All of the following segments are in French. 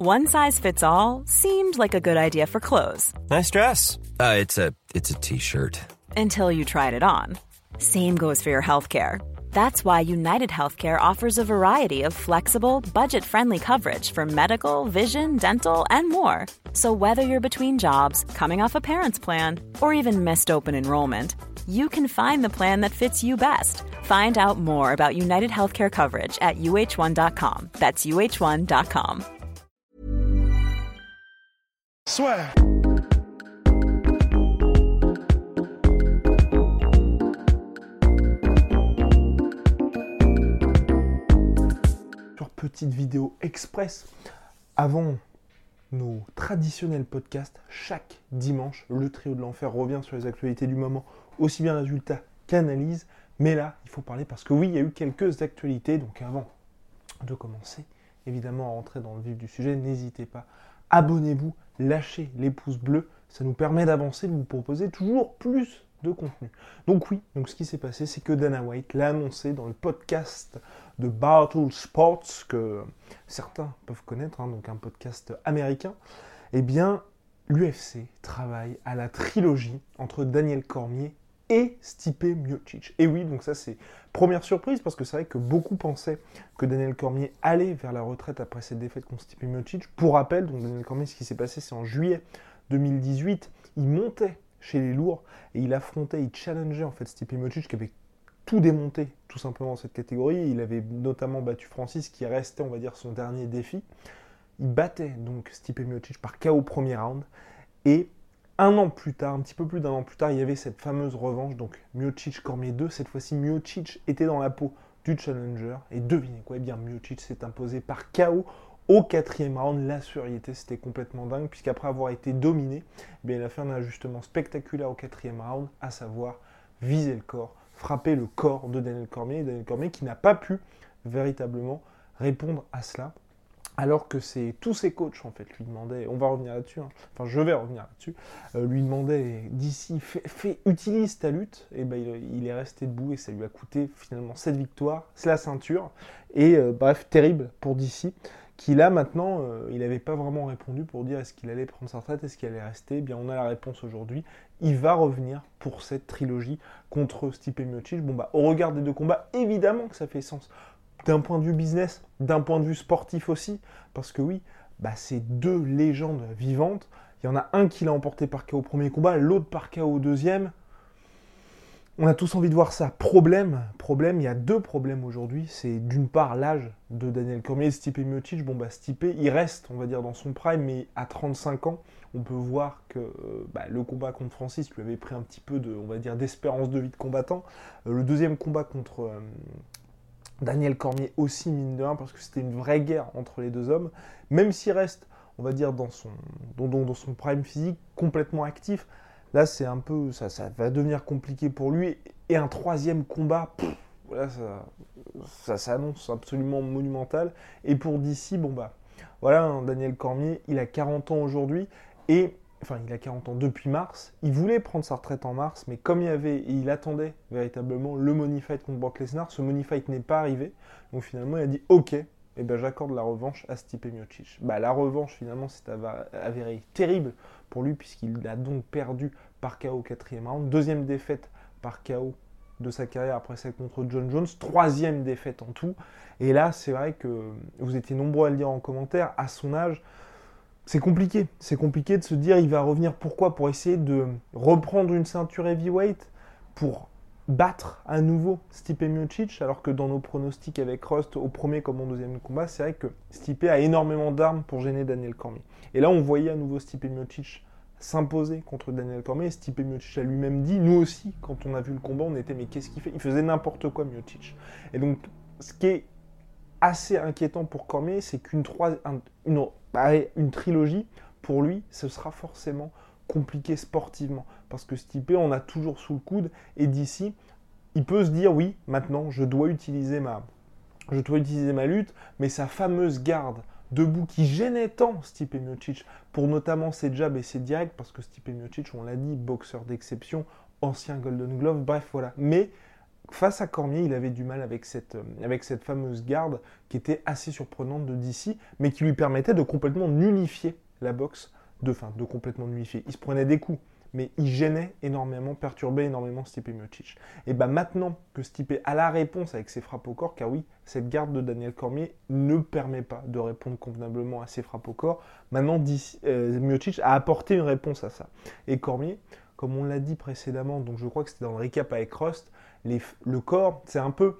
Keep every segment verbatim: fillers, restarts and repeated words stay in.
One size fits all seemed like a good idea for clothes. Nice dress. Uh, it's a it's a t-shirt. Until you tried it on. Same goes for your healthcare. That's why United Healthcare offers a variety of flexible, budget-friendly coverage for medical, vision, dental, and more. So whether you're between jobs, coming off a parent's plan, or even missed open enrollment, you can find the plan that fits you best. Find out more about United Healthcare coverage at U H one dot com. That's U H one dot com. Swear. Petite vidéo express avant nos traditionnels podcasts. Chaque dimanche, le trio de l'enfer revient sur les actualités du moment, aussi bien résultats qu'analyse. Mais là, il faut parler parce que oui, il y a eu quelques actualités. Donc avant de commencer, évidemment, à rentrer dans le vif du sujet, n'hésitez pas, abonnez-vous, lâchez les pouces bleus. Ça nous permet d'avancer, de vous proposer toujours plus de contenu. Donc oui, donc ce qui s'est passé, c'est que Dana White l'a annoncé dans le podcast de Barstool Sports, que certains peuvent connaître, hein, donc un podcast américain. Eh bien, l'U F C travaille à la trilogie entre Daniel Cormier et Stipe Miocic. Et oui, donc ça c'est première surprise, parce que c'est vrai que beaucoup pensaient que Daniel Cormier allait vers la retraite après cette défaite contre Stipe Miocic. Pour rappel, donc Daniel Cormier, ce qui s'est passé, c'est en juillet deux mille dix-huit, il montait chez les lourds, et il affrontait, il challengeait en fait Stipe Miocic qui avait tout démonté tout simplement dans cette catégorie. Il avait notamment battu Francis qui restait, on va dire, son dernier défi. Il battait donc Stipe Miocic par K O premier round, et un an plus tard, un petit peu plus d'un an plus tard, il y avait cette fameuse revanche, donc Miocic-Cormier deux. Cette fois-ci, Miocic était dans la peau du challenger, et devinez quoi, eh bien Miocic s'est imposé par K O au quatrième round. La suriété, c'était complètement dingue, puisqu'après avoir été dominé, eh bien, il a fait un ajustement spectaculaire au quatrième round, à savoir viser le corps, frapper le corps de Daniel Cormier, et Daniel Cormier qui n'a pas pu véritablement répondre à cela, alors que c'est tous ses coachs en fait lui demandaient, on va revenir là-dessus, hein, enfin je vais revenir là-dessus, euh, lui demandaient d'ici, fais, fais, utilise ta lutte, et ben il, il est resté debout, et ça lui a coûté finalement cette victoire, c'est la ceinture, et euh, bref, terrible pour D C, qui là maintenant, euh, il n'avait pas vraiment répondu pour dire est-ce qu'il allait prendre sa retraite, est-ce qu'il allait rester. Eh bien on a la réponse aujourd'hui, il va revenir pour cette trilogie contre Stipe Miocic. Bon bah au regard des deux combats, évidemment que ça fait sens, d'un point de vue business, d'un point de vue sportif aussi, parce que oui, bah c'est deux légendes vivantes, il y en a un qui l'a emporté par K O au premier combat, l'autre par K O au deuxième. On a tous envie de voir ça. Problème, problème, il y a deux problèmes aujourd'hui. C'est d'une part l'âge de Daniel Cormier et Stipe Miocic. Bon bah Stipe, il reste, on va dire, dans son prime, mais à trente-cinq ans, on peut voir que euh, bah, le combat contre Francis lui avait pris un petit peu de, on va dire, d'espérance de vie de combattant. Euh, le deuxième combat contre euh, Daniel Cormier aussi, mine de rien, parce que c'était une vraie guerre entre les deux hommes. Même s'il reste, on va dire, dans son, dans, dans son prime physique, complètement actif, là, c'est un peu, ça, ça va devenir compliqué pour lui. Et un troisième combat, pff, voilà, ça, ça s'annonce absolument monumental. Et pour D C, bon bah, voilà, hein, Daniel Cormier, il a quarante ans aujourd'hui. Et, enfin, il a quarante ans depuis mars. Il voulait prendre sa retraite en mars, mais comme il y avait, il attendait véritablement le money fight contre Brock Lesnar, ce money fight n'est pas arrivé. Donc finalement, il a dit, ok, eh ben, j'accorde la revanche à Stipe Miocic. Bah, la revanche, finalement, c'est avéré terrible pour lui, puisqu'il a donc perdu par K O au quatrième round. Deuxième défaite par K O de sa carrière après celle contre John Jones. Troisième défaite en tout. Et là, c'est vrai que vous étiez nombreux à le dire en commentaire, à son âge, c'est compliqué. C'est compliqué de se dire, il va revenir. Pourquoi ? Pour essayer de reprendre une ceinture heavyweight, pour battre à nouveau Stipe Miocic, alors que dans nos pronostics avec Rust, au premier comme au deuxième combat, c'est vrai que Stipe a énormément d'armes pour gêner Daniel Cormier. Et là, on voyait à nouveau Stipe Miocic s'imposer contre Daniel Cormier. Stipe Miocic a lui-même dit, nous aussi, quand on a vu le combat, on était, mais qu'est-ce qu'il fait ? Il faisait n'importe quoi, Miocic. Et donc, ce qui est assez inquiétant pour Cormier, c'est qu'une trois, un, une, une trilogie, pour lui, ce sera forcément compliqué sportivement, parce que Stipe, on a toujours sous le coude, et d'ici, il peut se dire, oui, maintenant, je dois utiliser ma, je dois utiliser ma lutte, mais sa fameuse garde debout qui gênait tant Stipe Miocic, pour notamment ses jabs et ses directs, parce que Stipe Miocic, on l'a dit, boxeur d'exception, ancien Golden Glove, bref, voilà. Mais face à Cormier, il avait du mal avec cette, avec cette fameuse garde qui était assez surprenante de D C, mais qui lui permettait de complètement nullifier la boxe, de, enfin, de complètement nullifier. Il se prenait des coups, mais il gênait énormément, perturbait énormément Stipe Miocic. Et bien maintenant que Stipe a la réponse avec ses frappes au corps, car oui, cette garde de Daniel Cormier ne permet pas de répondre convenablement à ses frappes au corps, maintenant D C, euh, Miocic a apporté une réponse à ça. Et Cormier, comme on l'a dit précédemment, donc je crois que c'était dans le recap avec Rust, les, le corps, c'est un peu,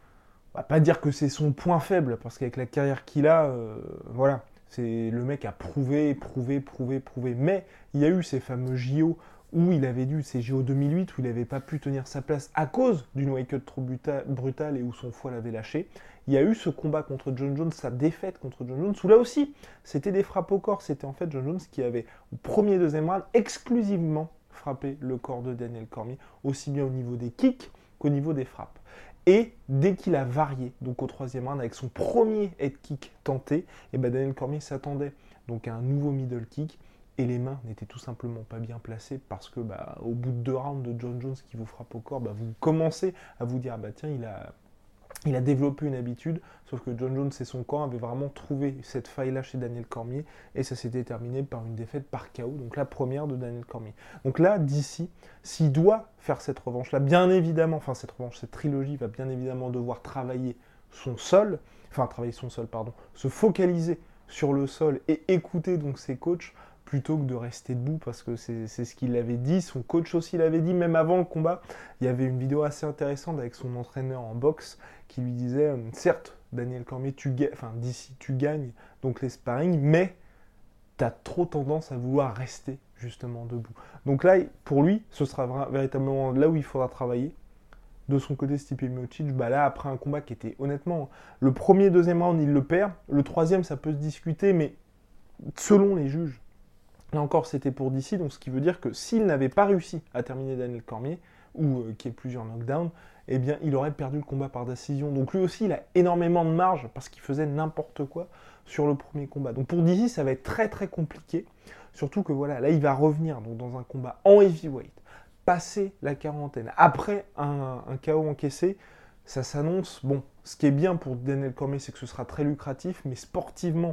on va pas dire que c'est son point faible, parce qu'avec la carrière qu'il a, euh, voilà, c'est le mec a prouvé, prouvé, prouvé, prouvé. Mais il y a eu ces fameux J O où il avait dû, ces J O deux mille huit, où il n'avait pas pu tenir sa place à cause d'une wake-up trop brutale et où son foie l'avait lâché. Il y a eu ce combat contre John Jones, sa défaite contre John Jones, où là aussi, c'était des frappes au corps. C'était en fait John Jones qui avait, au premier et deuxième round, exclusivement frappé le corps de Daniel Cormier, aussi bien au niveau des kicks qu'au niveau des frappes. Et dès qu'il a varié, donc au troisième round, avec son premier head kick tenté, et ben Daniel Cormier s'attendait donc à un nouveau middle kick, et les mains n'étaient tout simplement pas bien placées, parce que bah, au bout de deux rounds de John Jones qui vous frappe au corps, bah, vous commencez à vous dire, ah bah tiens, il a, il a développé une habitude, sauf que John Jones et son camp avaient vraiment trouvé cette faille-là chez Daniel Cormier, et ça s'était terminé par une défaite par K O, donc la première de Daniel Cormier. Donc là, D C, s'il doit faire cette revanche-là, bien évidemment, enfin cette revanche, cette trilogie va bien évidemment devoir travailler son sol, enfin travailler son sol, pardon, se focaliser sur le sol et écouter donc ses coachs, plutôt que de rester debout, parce que c'est, c'est ce qu'il avait dit, son coach aussi l'avait dit, même avant le combat. Il y avait une vidéo assez intéressante avec son entraîneur en boxe, qui lui disait, euh, certes, Daniel Cormier, tu gagnes, enfin, d'ici, tu gagnes, donc les sparring, mais tu as trop tendance à vouloir rester, justement, debout. Donc là, pour lui, ce sera vra- véritablement là où il faudra travailler. De son côté, Stipe Miocic, bah là, après un combat qui était, honnêtement, le premier, deuxième round, il le perd, le troisième, ça peut se discuter, mais selon les juges, là encore, c'était pour D C, donc ce qui veut dire que s'il n'avait pas réussi à terminer Daniel Cormier, ou euh, qu'il y ait plusieurs knockdowns, eh bien, il aurait perdu le combat par décision. Donc lui aussi, il a énormément de marge, parce qu'il faisait n'importe quoi sur le premier combat. Donc pour D C, ça va être très très compliqué, surtout que voilà, là, il va revenir donc, dans un combat en heavyweight, passer la quarantaine, après un, un K O encaissé, ça s'annonce, bon, ce qui est bien pour Daniel Cormier, c'est que ce sera très lucratif, mais sportivement,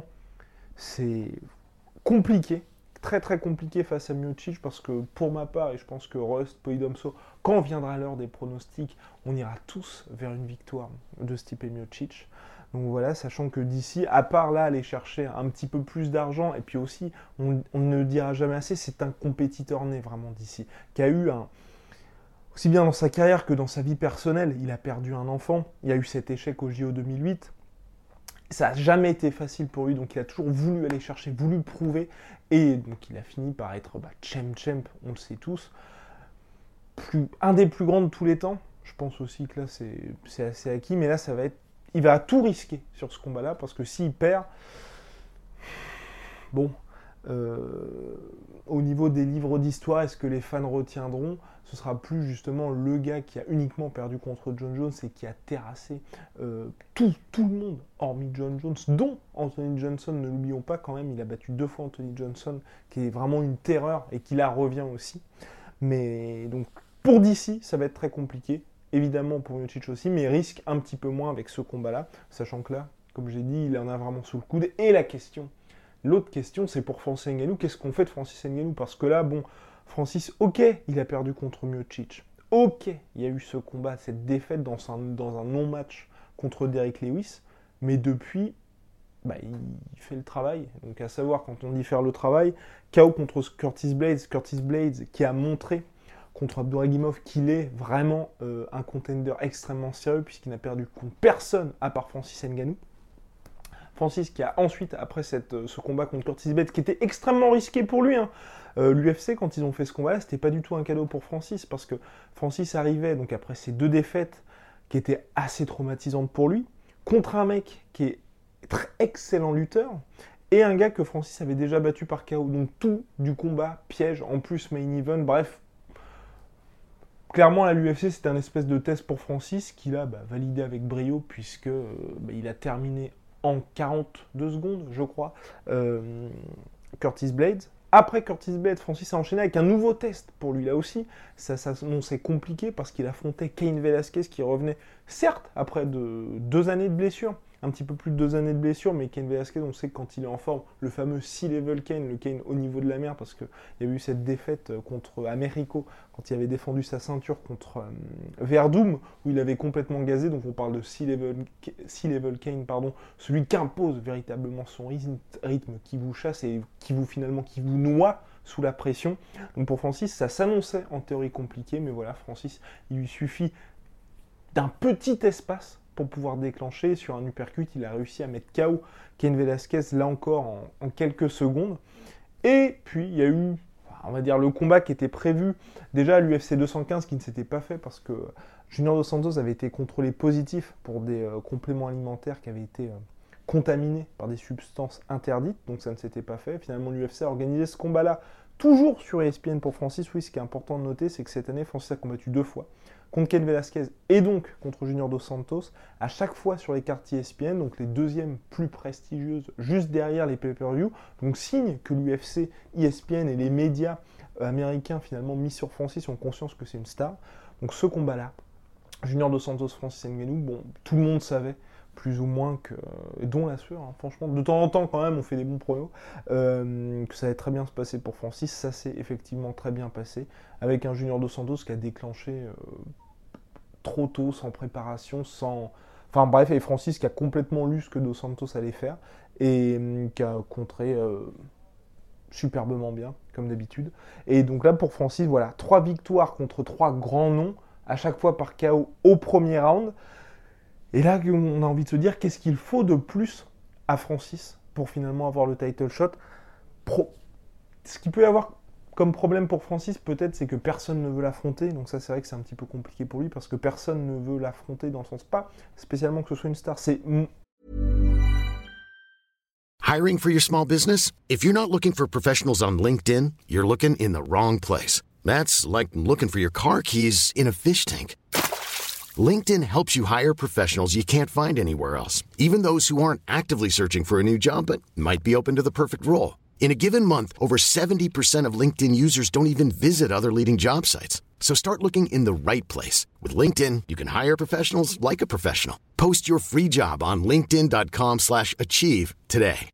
c'est compliqué, très très compliqué face à Miocic, parce que pour ma part, et je pense que Rust, Poidomso, quand viendra l'heure des pronostics, on ira tous vers une victoire de Stipe Miocic. Donc voilà, sachant que d'ici, à part là aller chercher un petit peu plus d'argent, et puis aussi, on, on ne le dira jamais assez, c'est un compétiteur né vraiment d'ici, qui a eu un, aussi bien dans sa carrière que dans sa vie personnelle, il a perdu un enfant, il y a eu cet échec au J O deux mille huit, ça n'a jamais été facile pour lui, donc il a toujours voulu aller chercher, voulu le prouver, et donc il a fini par être bah, champ champ, on le sait tous, plus, un des plus grands de tous les temps. Je pense aussi que là c'est, c'est assez acquis, mais là ça va être, il va tout risquer sur ce combat-là, parce que s'il perd, bon, euh, au niveau des livres d'histoire, est-ce que les fans retiendront ? Ce sera plus justement le gars qui a uniquement perdu contre John Jones et qui a terrassé euh, tout, tout le monde, hormis John Jones, dont Anthony Johnson, ne l'oublions pas quand même, il a battu deux fois Anthony Johnson, qui est vraiment une terreur et qui la revient aussi. Mais donc pour D C, ça va être très compliqué, évidemment pour Miocic aussi, mais il risque un petit peu moins avec ce combat-là, sachant que là, comme j'ai dit, il en a vraiment sous le coude. Et la question, l'autre question, c'est pour Francis Ngannou, qu'est-ce qu'on fait de Francis Ngannou ? Parce que là, bon, Francis, ok, il a perdu contre Miocic, ok, il y a eu ce combat, cette défaite dans un, dans un non-match contre Derrick Lewis, mais depuis, bah, il fait le travail. Donc à savoir, quand on dit faire le travail, K O contre Curtis Blades, Curtis Blades qui a montré contre Abdouragimov qu'il est vraiment euh, un contender extrêmement sérieux, puisqu'il n'a perdu contre personne à part Francis Ngannou. Francis qui a ensuite, après cette, ce combat contre Curtis Blades, qui était extrêmement risqué pour lui, hein, euh, l'U F C, quand ils ont fait ce combat-là, c'était pas du tout un cadeau pour Francis, parce que Francis arrivait, donc après ces deux défaites, qui étaient assez traumatisantes pour lui, contre un mec qui est très excellent lutteur, et un gars que Francis avait déjà battu par K O. Donc tout du combat, piège, en plus main event, bref. Clairement, à l'U F C, c'était un espèce de test pour Francis, qu'il a bah, validé avec brio, puisque euh, bah, il a terminé en quarante-deux secondes, je crois, euh, Curtis Blades. Après Curtis Blade, Francis a enchaîné avec un nouveau test pour lui là aussi. Ça s'annonçait compliqué parce qu'il affrontait Cain Velasquez qui revenait, certes, après de, deux années de blessure, un petit peu plus de deux années de blessure, mais Cain Velasquez, on sait que quand il est en forme, le fameux C-Level Cain, le Cain au niveau de la mer, parce qu'il y a eu cette défaite contre Americo, quand il avait défendu sa ceinture contre euh, Verdum, où il avait complètement gazé, donc on parle de C-Level, C-Level Cain, pardon, celui qui impose véritablement son rythme, qui vous chasse et qui vous finalement qui vous noie sous la pression. Donc pour Francis, ça s'annonçait en théorie compliqué, mais voilà, Francis, il lui suffit d'un petit espace pour pouvoir déclencher. Sur un uppercut, il a réussi à mettre K O Cain Velasquez, là encore, en, en quelques secondes. Et puis, il y a eu, on va dire, le combat qui était prévu déjà à l'U F C deux cent quinze, qui ne s'était pas fait parce que Junior Dos Santos avait été contrôlé positif pour des euh, compléments alimentaires qui avaient été euh, contaminés par des substances interdites, donc ça ne s'était pas fait. Finalement, l'U F C a organisé ce combat-là, toujours sur E S P N pour Francis. Oui, ce qui est important de noter, c'est que cette année, Francis a combattu deux fois, contre Cain Velasquez et donc contre Junior Dos Santos, à chaque fois sur les cartes E S P N, donc les deuxièmes plus prestigieuses, juste derrière les pay-per-view. Donc signe que l'U F C, E S P N et les médias américains finalement mis sur Francis ont conscience que c'est une star. Donc ce combat-là, Junior Dos Santos, Francis Ngannou, bon, tout le monde savait plus ou moins que, dont la sueur, hein, franchement, de temps en temps quand même, on fait des bons pronos, euh, que ça allait très bien se passer pour Francis. Ça s'est effectivement très bien passé, avec un Junior Dos Santos qui a déclenché euh, trop tôt, sans préparation, sans... Enfin bref, et Francis qui a complètement lu ce que Dos Santos allait faire, et euh, qui a contré euh, superbement bien, comme d'habitude. Et donc là, pour Francis, voilà, trois victoires contre trois grands noms, à chaque fois par K O au premier round. Et là, on a envie de se dire, qu'est-ce qu'il faut de plus à Francis pour finalement avoir le title shot. Pro... Ce qu'il peut y avoir comme problème pour Francis, peut-être, c'est que personne ne veut l'affronter. Donc ça, c'est vrai que c'est un petit peu compliqué pour lui, parce que personne ne veut l'affronter dans le sens pas spécialement que ce soit une star. C'est... Hiring for your small business? If you're not looking for professionals on LinkedIn, you're looking in the wrong place. That's like looking for your car keys in a fish tank. LinkedIn helps you hire professionals you can't find anywhere else, even those who aren't actively searching for a new job but might be open to the perfect role. In a given month, over seventy percent of LinkedIn users don't even visit other leading job sites. So start looking in the right place. With LinkedIn, you can hire professionals like a professional. Post your free job on linkedin dot com slash achieve today.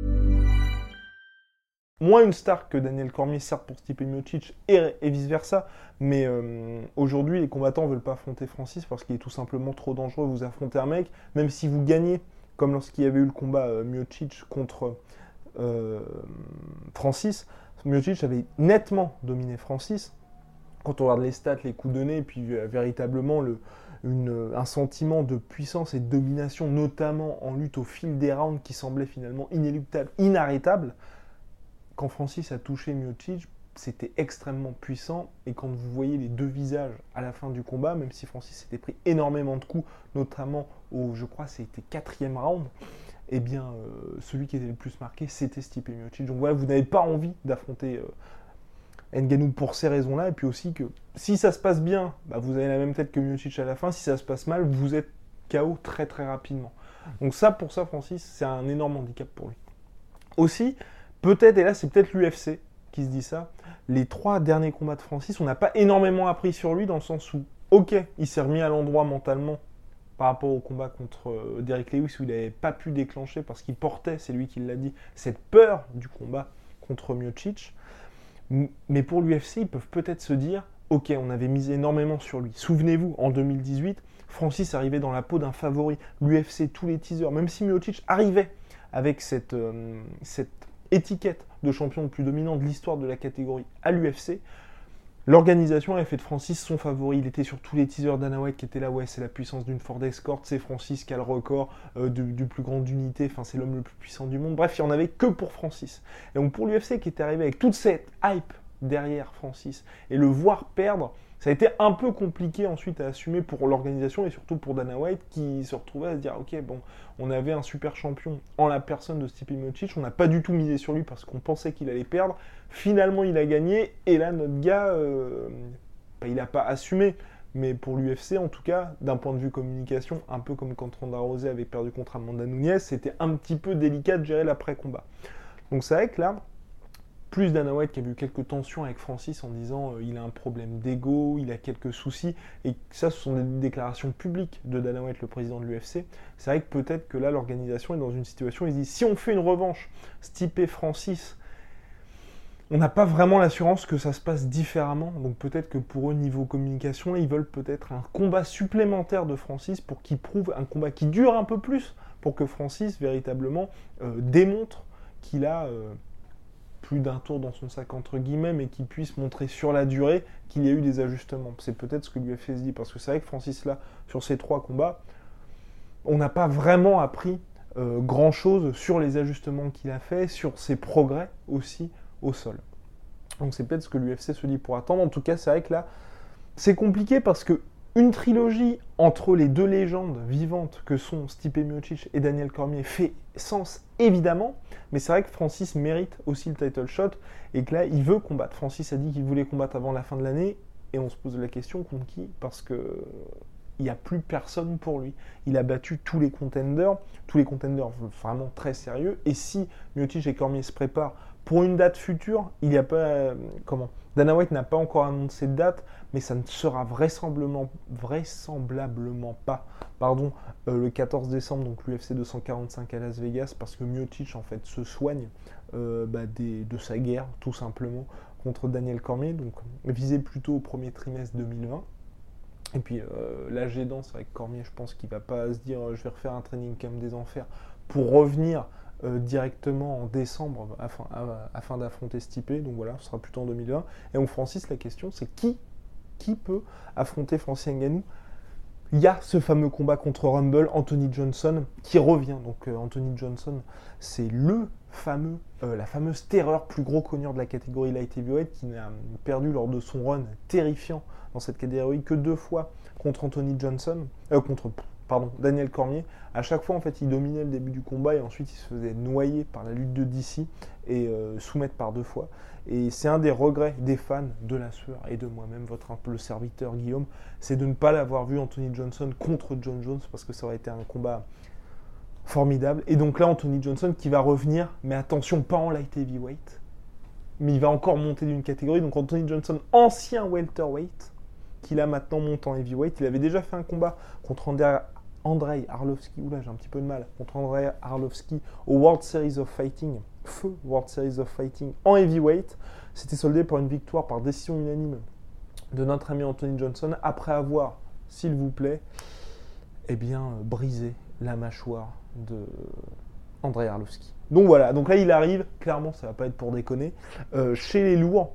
Moins une star que Daniel Cormier, certes pour Stipe Miocic et, et vice-versa, mais euh, aujourd'hui, les combattants ne veulent pas affronter Francis parce qu'il est tout simplement trop dangereux. Vous affrontez un mec, même si vous gagnez, comme lorsqu'il y avait eu le combat euh, Miocic contre euh, Francis, Miocic avait nettement dominé Francis. Quand on regarde les stats, les coups de nez, et puis euh, véritablement le, une, un sentiment de puissance et de domination, notamment en lutte au fil des rounds, qui semblait finalement inéluctable, inarrêtable. Quand Francis a touché Miocic, c'était extrêmement puissant. Et quand vous voyez les deux visages à la fin du combat, même si Francis s'était pris énormément de coups, notamment au, je crois, c'était quatrième round, eh bien, euh, celui qui était le plus marqué, c'était Stipe Miocic. Donc voilà, vous n'avez pas envie d'affronter euh, Ngannou pour ces raisons-là. Et puis aussi que si ça se passe bien, bah, vous avez la même tête que Miocic à la fin. Si ça se passe mal, vous êtes K O très très rapidement. Donc ça, pour ça, Francis, c'est un énorme handicap pour lui. Aussi, peut-être, et là c'est peut-être l'U F C qui se dit ça, les trois derniers combats de Francis, on n'a pas énormément appris sur lui dans le sens où, ok, il s'est remis à l'endroit mentalement par rapport au combat contre euh, Derrick Lewis où il n'avait pas pu déclencher parce qu'il portait, c'est lui qui l'a dit, cette peur du combat contre Miocic. Mais pour l'U F C, ils peuvent peut-être se dire, ok, on avait misé énormément sur lui. Souvenez-vous, en deux mille dix-huit, Francis arrivait dans la peau d'un favori. L'U F C, tous les teasers, même si Miocic arrivait avec cette, euh, cette étiquette de champion le plus dominant de l'histoire de la catégorie à l'U F C, l'organisation avait fait de Francis son favori. Il était sur tous les teasers. Dana White qui était là, ouais, c'est la puissance d'une Ford Escort, c'est Francis qui a le record euh, du, du plus grand d'unité, enfin c'est l'homme le plus puissant du monde. Bref, il n'y en avait que pour Francis. Et donc pour l'U F C qui était arrivé avec toute cette hype derrière Francis, et le voir perdre, ça a été un peu compliqué ensuite à assumer pour l'organisation et surtout pour Dana White qui se retrouvait à se dire ok, bon, on avait un super champion en la personne de Stipe Miocic, on n'a pas du tout misé sur lui parce qu'on pensait qu'il allait perdre, finalement il a gagné et là notre gars, euh, bah, il n'a pas assumé, mais pour l'U F C en tout cas, d'un point de vue communication, un peu comme quand Ronda Rousey avait perdu contre Amanda Nunes, c'était un petit peu délicat de gérer l'après-combat. Donc c'est vrai que là, plus Dana White qui a vu quelques tensions avec Francis en disant euh, il a un problème d'ego, il a quelques soucis, et ça ce sont des déclarations publiques de Dana White, le président de l'U F C. C'est vrai que peut-être que là l'organisation est dans une situation où ils se disent si on fait une revanche Stipe Francis, on n'a pas vraiment l'assurance que ça se passe différemment, donc peut-être que pour eux niveau communication, ils veulent peut-être un combat supplémentaire de Francis pour qu'il prouve un combat qui dure un peu plus, pour que Francis véritablement euh, démontre qu'il a euh, plus d'un tour dans son sac entre guillemets, mais qu'il puisse montrer sur la durée qu'il y a eu des ajustements. C'est peut-être ce que l'U F C se dit, parce que c'est vrai que Francis là, sur ces trois combats, on n'a pas vraiment appris euh, grand-chose sur les ajustements qu'il a fait, sur ses progrès aussi au sol. Donc c'est peut-être ce que l'U F C se dit pour attendre. En tout cas, c'est vrai que là, c'est compliqué parce que une trilogie entre les deux légendes vivantes que sont Stipe Miocic et Daniel Cormier fait sens évidemment, mais c'est vrai que Francis mérite aussi le title shot et que là il veut combattre. Francis a dit qu'il voulait combattre avant la fin de l'année et on se pose la question contre qui, parce que il n'y a plus personne pour lui. Il a battu tous les contenders, tous les contenders vraiment très sérieux, et si Miocic et Cormier se préparent pour une date future, il n'y a pas... Euh, comment Dana White n'a pas encore annoncé de date, mais ça ne sera vraisemblablement, vraisemblablement pas pardon, euh, le quatorze décembre, donc l'U F C deux cent quarante-cinq à Las Vegas, parce que Miocic en fait se soigne euh, bah, des, de sa guerre, tout simplement, contre Daniel Cormier, donc visé plutôt au premier trimestre deux mille vingt. Et puis euh, l'âge aidant, c'est vrai que Cormier, je pense qu'il ne va pas se dire euh, je vais refaire un training camp des enfers pour revenir Euh, directement en décembre afin, à, afin d'affronter Stipe, donc voilà, ce sera plutôt en deux mille vingt. Et donc Francis, la question c'est qui, qui peut affronter Francis Ngannou. Il y a ce fameux combat contre Rumble, Anthony Johnson, qui revient. Donc euh, Anthony Johnson, c'est le fameux, euh, la fameuse terreur, plus gros cogneur de la catégorie light heavyweight, qui n'a perdu lors de son run terrifiant dans cette catégorie que deux fois contre Anthony Johnson, euh, contre pardon, Daniel Cormier. À chaque fois, en fait, il dominait le début du combat et ensuite il se faisait noyer par la lutte de D C et euh, soumettre par deux fois. Et c'est un des regrets des fans de la sueur et de moi-même, votre un peu le serviteur Guillaume, c'est de ne pas l'avoir vu Anthony Johnson contre John Jones, parce que ça aurait été un combat formidable. Et donc là, Anthony Johnson qui va revenir, mais attention, pas en light heavyweight, mais il va encore monter d'une catégorie. Donc Anthony Johnson, ancien welterweight, qui là maintenant monte en heavyweight. Il avait déjà fait un combat contre Andrei Andrei Arlovski, oula j'ai un petit peu de mal, contre Andrei Arlovski au World Series of Fighting, feu World Series of Fighting en heavyweight. C'était soldé par une victoire par décision unanime de notre ami Anthony Johnson, après avoir, s'il vous plaît, eh bien, brisé la mâchoire de Andrei Arlovski. Donc voilà, donc là il arrive, clairement ça va pas être pour déconner, euh, chez les lourds.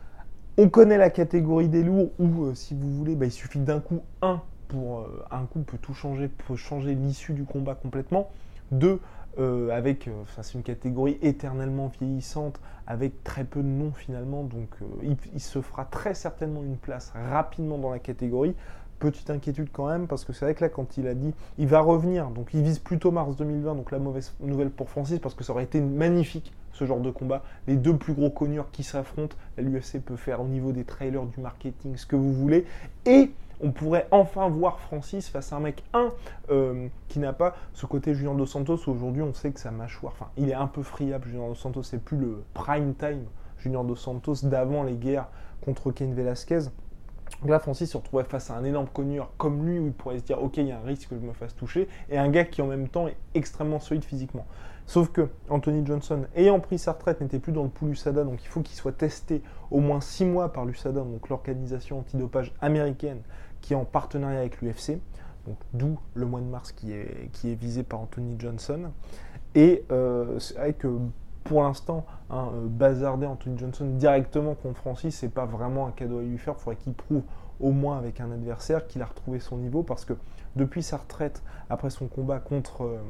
On connaît la catégorie des lourds où, euh, si vous voulez, bah, il suffit d'un coup, un, pour euh, un coup peut tout changer, peut changer l'issue du combat complètement. Deux, euh, avec, euh, c'est une catégorie éternellement vieillissante, avec très peu de noms finalement, donc euh, il, il se fera très certainement une place rapidement dans la catégorie. Petite inquiétude quand même, parce que c'est vrai que là, quand il a dit, il va revenir, donc il vise plutôt mars deux mille vingt, donc la mauvaise nouvelle pour Francis, parce que ça aurait été magnifique, ce genre de combat. Les deux plus gros cogneurs qui s'affrontent, l'U F C peut faire au niveau des trailers, du marketing, ce que vous voulez, et on pourrait enfin voir Francis face à un mec, un, euh, qui n'a pas ce côté Junior Dos Santos. Aujourd'hui, on sait que sa mâchoire, enfin, il est un peu friable, Junior Dos Santos, c'est plus le prime time Junior Dos Santos d'avant les guerres contre Cain Velasquez. Donc là, Francis se retrouvait face à un énorme cogneur comme lui, où il pourrait se dire « Ok, il y a un risque que je me fasse toucher », et un gars qui en même temps est extrêmement solide physiquement. Sauf que Anthony Johnson, ayant pris sa retraite, n'était plus dans le pool U S A D A, donc il faut qu'il soit testé au moins six mois par l'U S A D A, donc l'organisation antidopage américaine, qui est en partenariat avec l'U F C, donc d'où le mois de mars qui est, qui est visé par Anthony Johnson. Et euh, c'est vrai que pour l'instant, hein, bazarder Anthony Johnson directement contre Francis, c'est pas vraiment un cadeau à lui faire. Il faudrait qu'il prouve au moins avec un adversaire qu'il a retrouvé son niveau, parce que depuis sa retraite, après son combat contre, euh,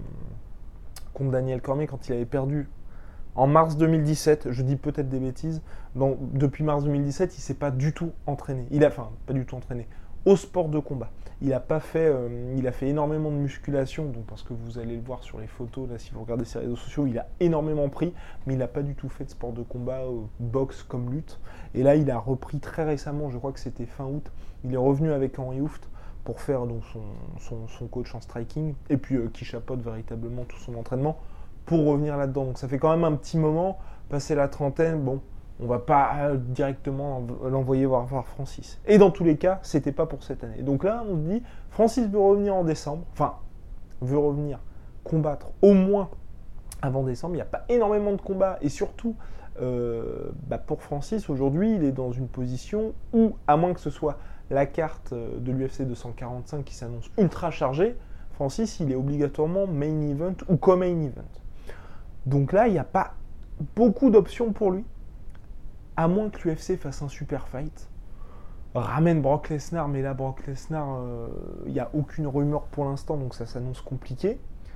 contre Daniel Cormier, quand il avait perdu en mars deux mille dix-sept, je dis peut-être des bêtises, donc, depuis mars deux mille dix-sept, il ne s'est pas du tout entraîné. Il a, enfin, pas du tout entraîné. Au sport de combat. Il a pas fait, euh, il a fait énormément de musculation, donc parce que vous allez le voir sur les photos, là, si vous regardez ses réseaux sociaux, il a énormément pris, mais il n'a pas du tout fait de sport de combat, euh, boxe comme lutte. Et là, il a repris très récemment, je crois que c'était fin août, il est revenu avec Henri Hooft pour faire donc son, son, son coach en striking, et puis euh, qui chapeaute véritablement tout son entraînement pour revenir là-dedans. Donc ça fait quand même un petit moment, passé la trentaine, bon, on va pas euh, directement l'envoyer voir, voir Francis. Et dans tous les cas, c'était pas pour cette année. Donc là, on se dit, Francis veut revenir en décembre, enfin, veut revenir combattre au moins avant décembre. Il n'y a pas énormément de combats, et surtout, euh, bah pour Francis, aujourd'hui, il est dans une position où, à moins que ce soit la carte de l'U F C deux cent quarante-cinq qui s'annonce ultra chargée, Francis, il est obligatoirement main event ou co-main event. Donc là, il n'y a pas beaucoup d'options pour lui, à moins que l'U F C fasse un super fight, ramène Brock Lesnar, mais là, Brock Lesnar, il euh, n'y a aucune rumeur pour l'instant, donc ça s'annonce compliqué.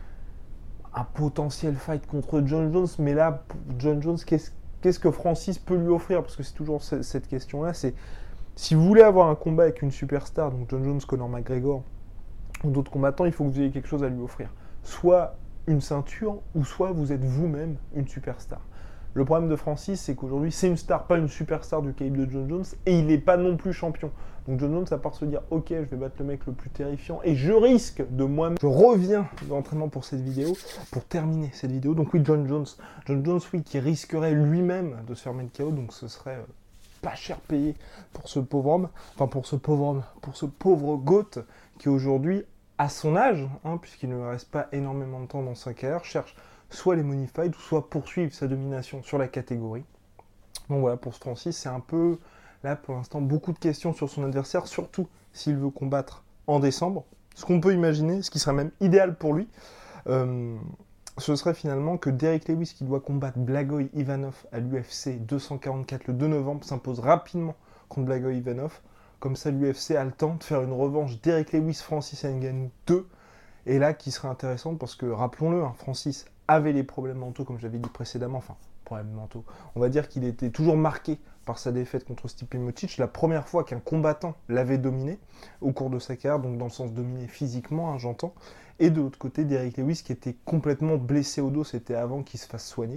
Un potentiel fight contre John Jones, mais là, John Jones, qu'est-ce, qu'est-ce que Francis peut lui offrir? Parce que c'est toujours cette question-là, c'est si vous voulez avoir un combat avec une superstar, donc John Jones, Conor McGregor, ou d'autres combattants, il faut que vous ayez quelque chose à lui offrir. Soit une ceinture, ou soit vous êtes vous-même une superstar. Le problème de Francis, c'est qu'aujourd'hui, c'est une star, pas une superstar du calibre de John Jones, et il n'est pas non plus champion. Donc John Jones, à part se dire, ok, je vais battre le mec le plus terrifiant, et je risque de moi-même... Je reviens de l'entraînement pour cette vidéo, pour terminer cette vidéo. Donc oui, John Jones, John Jones, oui, qui risquerait lui-même de se faire mettre K O, donc ce serait euh, pas cher payé pour ce pauvre homme, enfin pour ce pauvre homme, pour ce pauvre GOAT, qui aujourd'hui, à son âge, hein, puisqu'il ne reste pas énormément de temps dans sa carrière, cherche soit les money fights, ou soit poursuivre sa domination sur la catégorie. Donc voilà, pour Francis, c'est un peu, là pour l'instant, beaucoup de questions sur son adversaire, surtout s'il veut combattre en décembre. Ce qu'on peut imaginer, ce qui serait même idéal pour lui, euh, ce serait finalement que Derrick Lewis, qui doit combattre Blagoy Ivanov à l'U F C deux cent quarante-quatre le deux novembre, s'impose rapidement contre Blagoy Ivanov. Comme ça, l'U F C a le temps de faire une revanche Derrick Lewis-Francis Ngannou deux. Et là, qui serait intéressante parce que, rappelons-le, hein, Francis avait les problèmes mentaux, comme j'avais dit précédemment, enfin, problèmes mentaux. On va dire qu'il était toujours marqué par sa défaite contre Stipe Miocic, la première fois qu'un combattant l'avait dominé au cours de sa carrière, donc dans le sens dominé physiquement, hein, j'entends. Et de l'autre côté, Derrick Lewis qui était complètement blessé au dos, c'était avant qu'il se fasse soigner.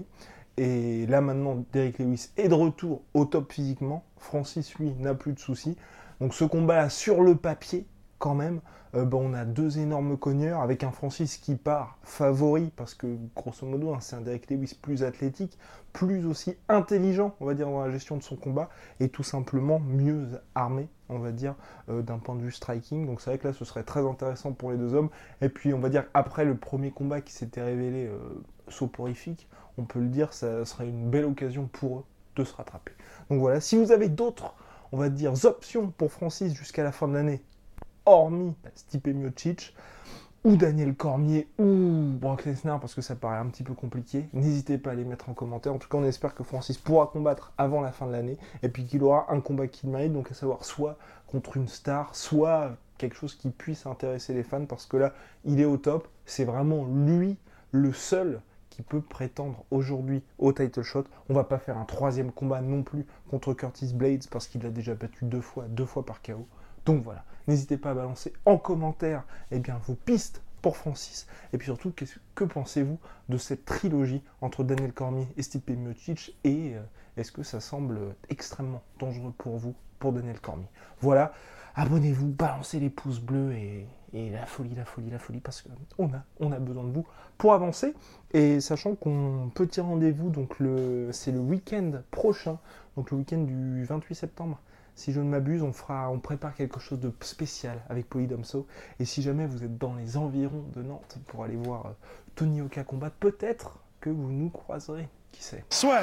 Et là maintenant, Derrick Lewis est de retour au top physiquement. Francis, lui, n'a plus de soucis. Donc ce combat-là, sur le papier, quand même, euh, ben, on a deux énormes cogneurs, avec un Francis qui part favori, parce que, grosso modo, hein, c'est un Derrick Lewis plus athlétique, plus aussi intelligent, on va dire, dans la gestion de son combat, et tout simplement mieux armé, on va dire, euh, d'un point de vue striking. Donc c'est vrai que là, ce serait très intéressant pour les deux hommes. Et puis, on va dire, après le premier combat qui s'était révélé euh, soporifique, on peut le dire, ça serait une belle occasion pour eux de se rattraper. Donc voilà, si vous avez d'autres, on va dire, options pour Francis jusqu'à la fin de l'année, hormis Stipe Miocic, ou Daniel Cormier, ou Brock Lesnar, parce que ça paraît un petit peu compliqué, n'hésitez pas à les mettre en commentaire. En tout cas, on espère que Francis pourra combattre avant la fin de l'année, et puis qu'il aura un combat qu'il mérite, donc à savoir soit contre une star, soit quelque chose qui puisse intéresser les fans, parce que là, il est au top, c'est vraiment lui le seul qui peut prétendre aujourd'hui au title shot. On va pas faire un troisième combat non plus contre Curtis Blades, parce qu'il l'a déjà battu deux fois, deux fois par K O. Donc voilà, n'hésitez pas à balancer en commentaire eh bien, vos pistes pour Francis. Et puis surtout, que pensez-vous de cette trilogie entre Daniel Cormier et Stipe Miocic? Et euh, est-ce que ça semble extrêmement dangereux pour vous, pour Daniel Cormier? Voilà, abonnez-vous, balancez les pouces bleus et, et la folie, la folie, la folie, parce qu'on a, on a besoin de vous pour avancer. Et sachant qu'on petit rendez-vous, donc le, c'est le week-end prochain, donc le week-end du vingt-huit septembre. Si je ne m'abuse, on fera, on prépare quelque chose de spécial avec Polydomso. Et si jamais vous êtes dans les environs de Nantes pour aller voir euh, Tony Oka combattre, peut-être que vous nous croiserez. Qui sait? Soit.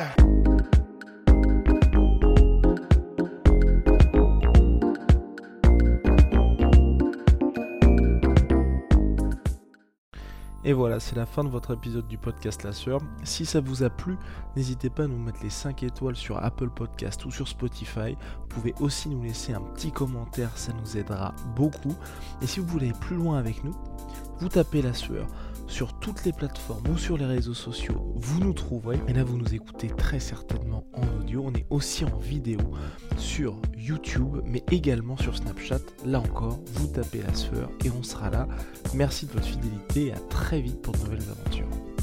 Et voilà, c'est la fin de votre épisode du podcast La Sueur. Si ça vous a plu, n'hésitez pas à nous mettre les cinq étoiles sur Apple Podcast ou sur Spotify. Vous pouvez aussi nous laisser un petit commentaire, ça nous aidera beaucoup. Et si vous voulez aller plus loin avec nous, vous tapez La Sueur sur toutes les plateformes ou sur les réseaux sociaux, vous nous trouverez. Et là, vous nous écoutez très certainement en audio. On est aussi en vidéo sur YouTube, mais également sur Snapchat. Là encore, vous tapez La Sueur et on sera là. Merci de votre fidélité et à très vite pour de nouvelles aventures.